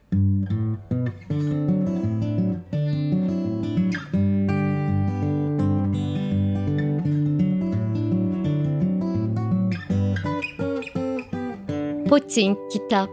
Poçink kitap.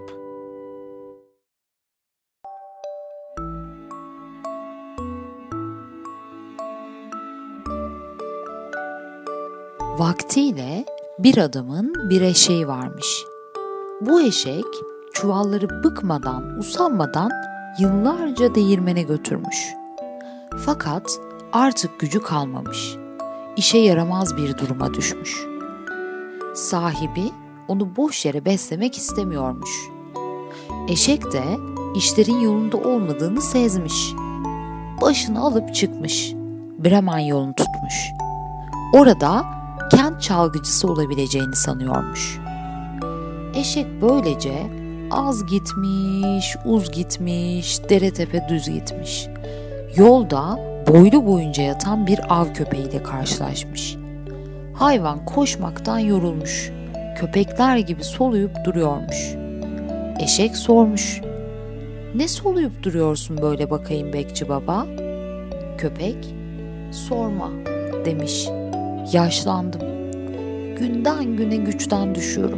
Vaktiyle bir adamın bir eşeği varmış. Bu eşek çuvalları bıkmadan, usanmadan yıllarca değirmene götürmüş. Fakat artık gücü kalmamış. İşe yaramaz bir duruma düşmüş. Sahibi onu boş yere beslemek istemiyormuş. Eşek de işlerin yolunda olmadığını sezmiş. Başını alıp çıkmış. Bremen yolunu tutmuş. Orada kent çalgıcısı olabileceğini sanıyormuş. Eşek böylece az gitmiş, uz gitmiş, dere tepe düz gitmiş. Yolda boylu boyunca yatan bir av köpeğiyle karşılaşmış. Hayvan koşmaktan yorulmuş. Köpekler gibi soluyup duruyormuş. Eşek sormuş. "Ne soluyup duruyorsun böyle bakayım bekçi baba?" Köpek, "Sorma," demiş. "Yaşlandım. Günden güne güçten düşüyorum.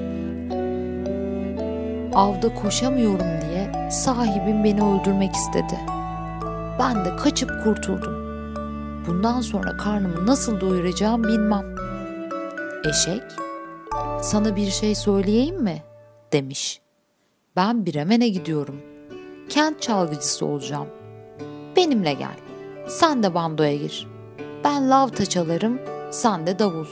Avda koşamıyorum diye sahibim beni öldürmek istedi. Ben de kaçıp kurtuldum. Bundan sonra karnımı nasıl doyuracağım bilmem." Eşek, "Sana bir şey söyleyeyim mi?" demiş. "Ben Bremen'e gidiyorum. Kent çalgıcısı olacağım. Benimle gel. Sen de bandoya gir. Ben lavta çalarım, sen de davul."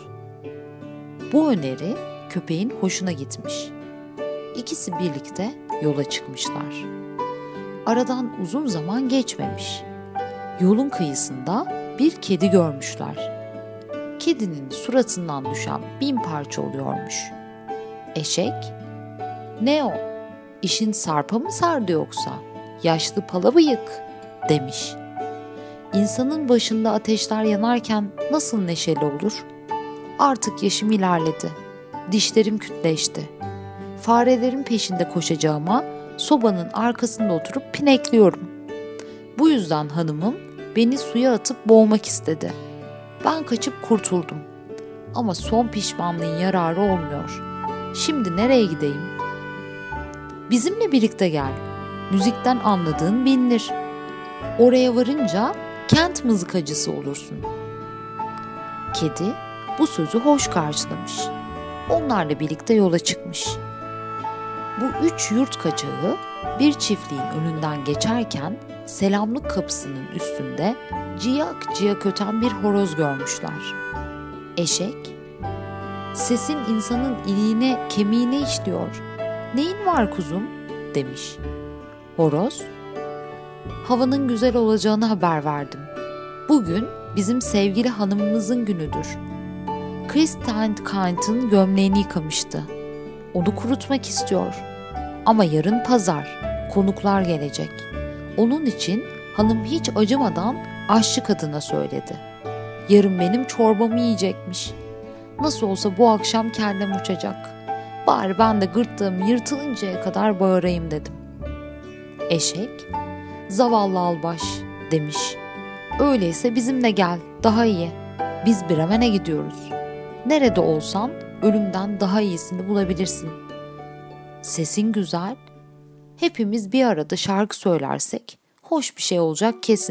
Bu öneri köpeğin hoşuna gitmiş. İkisi birlikte yola çıkmışlar. Aradan uzun zaman geçmemiş. Yolun kıyısında bir kedi görmüşler. Kedinin suratından düşen 1000 parça oluyormuş. Eşek, "Ne o? İşin sarpa mı sardı yoksa? Yaşlı pala bıyık," demiş. "İnsanın başında ateşler yanarken nasıl neşeli olur? Artık yaşım ilerledi. Dişlerim kütleşti. Farelerin peşinde koşacağıma sobanın arkasında oturup pinekliyorum. Bu yüzden hanımım beni suya atıp boğmak istedi. Ben kaçıp kurtuldum. Ama son pişmanlığın yararı olmuyor. Şimdi nereye gideyim?" "Bizimle birlikte gel. Müzikten anladığın bilinir. Oraya varınca kent mızıkacısı olursun." Kedi bu sözü hoş karşılamış. Onlarla birlikte yola çıkmış. Bu 3 yurt kaçağı bir çiftliğin önünden geçerken selamlık kapısının üstünde ciyak ciyak öten bir horoz görmüşler. Eşek, "Sesin insanın iliğine kemiğine işliyor. Neyin var kuzum?" demiş. Horoz, "Havanın güzel olacağını haber verdim. Bugün bizim sevgili hanımımızın günüdür. Christkind'ın gömleğini yıkamıştı. Onu kurutmak istiyor. Ama yarın pazar, konuklar gelecek. Onun için hanım hiç acımadan aşçı kadına söyledi. Yarın benim çorbamı yiyecekmiş. Nasıl olsa bu akşam kellem uçacak. Bari ben de gırtlağım yırtılıncaya kadar bağırayım," dedim. Eşek, "Zavallı albaş," demiş. "Öyleyse bizimle gel, daha iyi. Biz Bremen'e gidiyoruz. Nerede olsan ölümden daha iyisini bulabilirsin. Sesin güzel. Hepimiz bir arada şarkı söylersek hoş bir şey olacak kesin."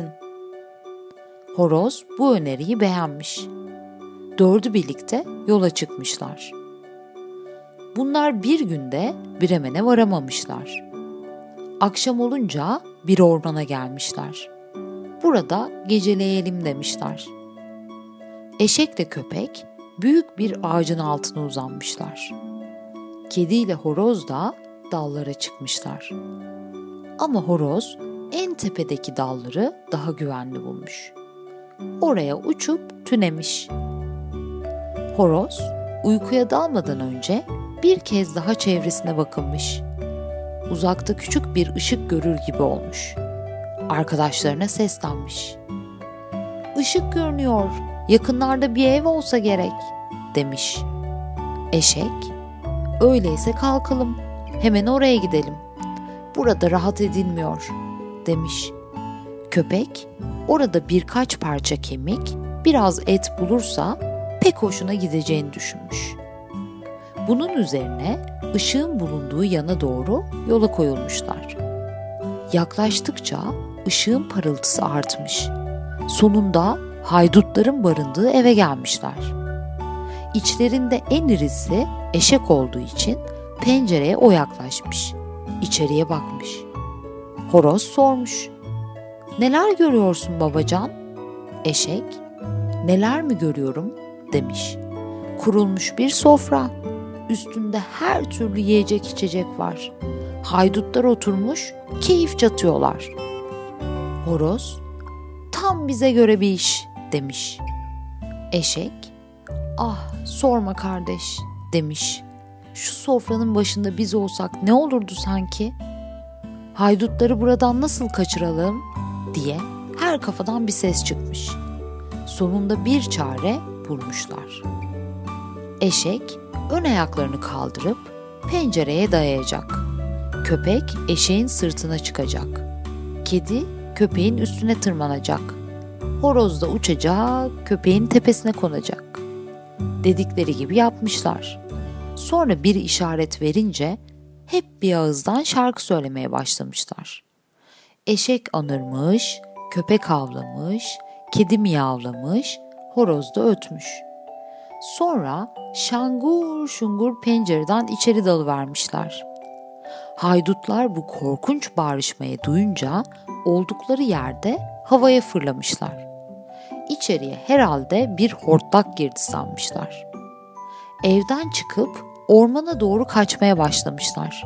Horoz bu öneriyi beğenmiş. 4'ü birlikte yola çıkmışlar. Bunlar bir günde Bremen'e varamamışlar. Akşam olunca bir ormana gelmişler. Burada geceleyelim demişler. Eşekle köpek büyük bir ağacın altına uzanmışlar. Kedi ile horoz da dallara çıkmışlar. Ama horoz en tepedeki dalları daha güvenli bulmuş. Oraya uçup tünemiş. Horoz uykuya dalmadan önce bir kez daha çevresine bakınmış. Uzakta küçük bir ışık görür gibi olmuş. Arkadaşlarına seslenmiş. "Işık görünüyor, yakınlarda bir ev olsa gerek," demiş. Eşek, "Öyleyse kalkalım, hemen oraya gidelim. burada rahat edilmiyor demiş. Köpek orada birkaç parça kemik, biraz et bulursa pek hoşuna gideceğini düşünmüş. Bunun üzerine ışığın bulunduğu yana doğru yola koyulmuşlar. Yaklaştıkça ışığın parıltısı artmış. Sonunda haydutların barındığı eve gelmişler. İçlerinde en irisi eşek olduğu için pencereye o yaklaşmış. İçeriye bakmış. Horoz sormuş. "Neler görüyorsun babacan?" Eşek, "Neler mi görüyorum?" demiş. "Kurulmuş bir sofra. Üstünde her türlü yiyecek içecek var. Haydutlar oturmuş, keyif çatıyorlar." Horoz, "Tam bize göre bir iş," demiş. Eşek, "Ah sorma kardeş," demiş. "Şu sofranın başında biz olsak ne olurdu sanki? Haydutları buradan nasıl kaçıralım?" diye her kafadan bir ses çıkmış. Sonunda bir çare bulmuşlar. Eşek ön ayaklarını kaldırıp pencereye dayayacak. Köpek eşeğin sırtına çıkacak. Kedi köpeğin üstüne tırmanacak. Horoz da uçacak, köpeğin tepesine konacak. Dedikleri gibi yapmışlar. Sonra bir işaret verince hep bir ağızdan şarkı söylemeye başlamışlar. Eşek anırmış, köpek havlamış, kedi miyavlamış, horoz da ötmüş. Sonra şangur şungur pencereden içeri dalıvermişler. Haydutlar bu korkunç bağrışmayı duyunca oldukları yerde havaya fırlamışlar. İçeriye herhalde bir hortlak girdi sanmışlar. Evden çıkıp ormana doğru kaçmaya başlamışlar.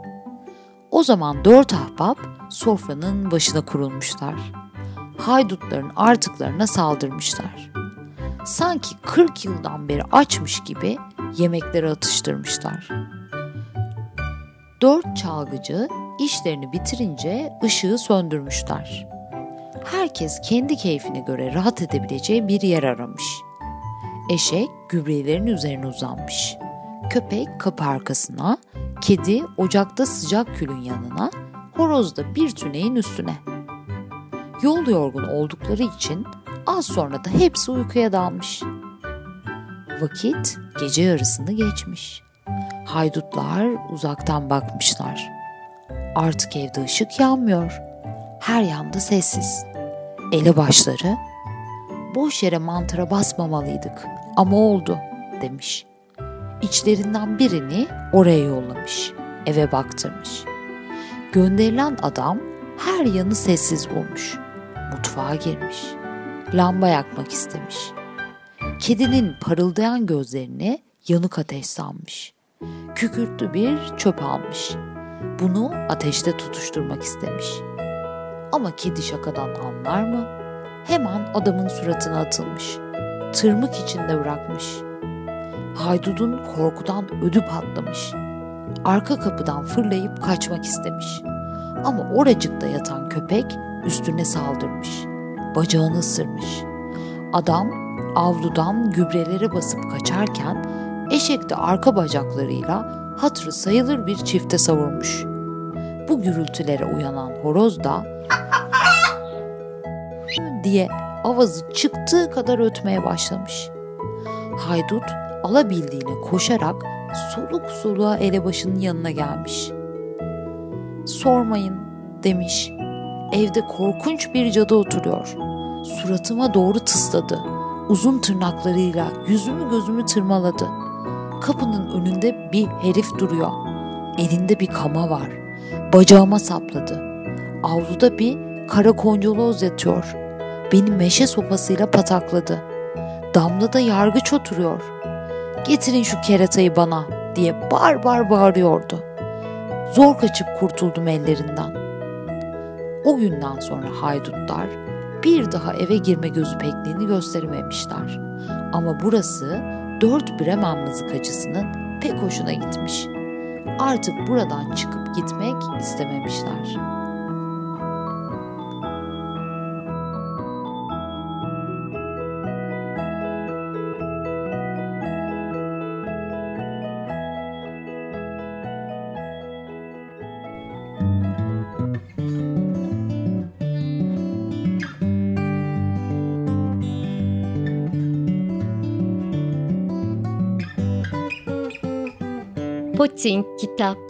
O zaman 4 ahbap sofranın başına kurulmuşlar. Haydutların artıklarına saldırmışlar. Sanki 40 yıldan beri açmış gibi yemekleri atıştırmışlar. 4 çalgıcı işlerini bitirince ışığı söndürmüşler. Herkes kendi keyfine göre rahat edebileceği bir yer aramış. Eşek gübrelerin üzerine uzanmış. Köpek kapı arkasına, kedi ocakta sıcak külün yanına, horoz da bir tüneyin üstüne. Yol yorgun oldukları için az sonra da hepsi uykuya dalmış. Vakit gece yarısını geçmiş. Haydutlar uzaktan bakmışlar. Artık evde ışık yanmıyor. Her yanda sessiz. Elebaşları, "Boş yere mantıra basmamalıydık ama oldu," demiş. İçlerinden birini oraya yollamış, eve baktırmış. Gönderilen adam her yanı sessiz bulmuş. Mutfağa girmiş. Lamba yakmak istemiş. Kedinin parıldayan gözlerini yanık ateş sanmış. Kükürtlü bir çöp almış. Bunu ateşte tutuşturmak istemiş. Ama kedi şakadan anlar mı? Hemen adamın suratına atılmış. Tırmık içinde bırakmış. Haydudun korkudan ödü patlamış. Arka kapıdan fırlayıp kaçmak istemiş. Ama oracıkta yatan köpek üstüne saldırmış. Bacağını ısırmış. Adam avludan gübrelere basıp kaçarken eşek de arka bacaklarıyla hatırı sayılır bir çifte savurmuş. Bu gürültülere uyanan horoz da diye avazı çıktığı kadar ötmeye başlamış. Haydut alabildiğine koşarak soluk soluğa elebaşının yanına gelmiş. "Sormayın," demiş. "Evde korkunç bir cadı oturuyor. Suratıma doğru tısladı. Uzun tırnaklarıyla yüzümü gözümü tırmaladı. Kapının önünde bir herif duruyor. Elinde bir kama var. Bacağıma sapladı. Avluda bir kara koncoloz yatıyor. Beni meşe sopasıyla patakladı. Damda da yargıç oturuyor. Getirin şu keratayı bana," diye bar bar bağırıyordu. Zor kaçıp kurtuldum ellerinden. O günden sonra haydutlar bir daha eve girme gözü pekliğini gösterememişler. Ama burası 4 Bremen mızıkacısının pek hoşuna gitmiş. Artık buradan çıkıp gitmek istememişler. Poçink kitap.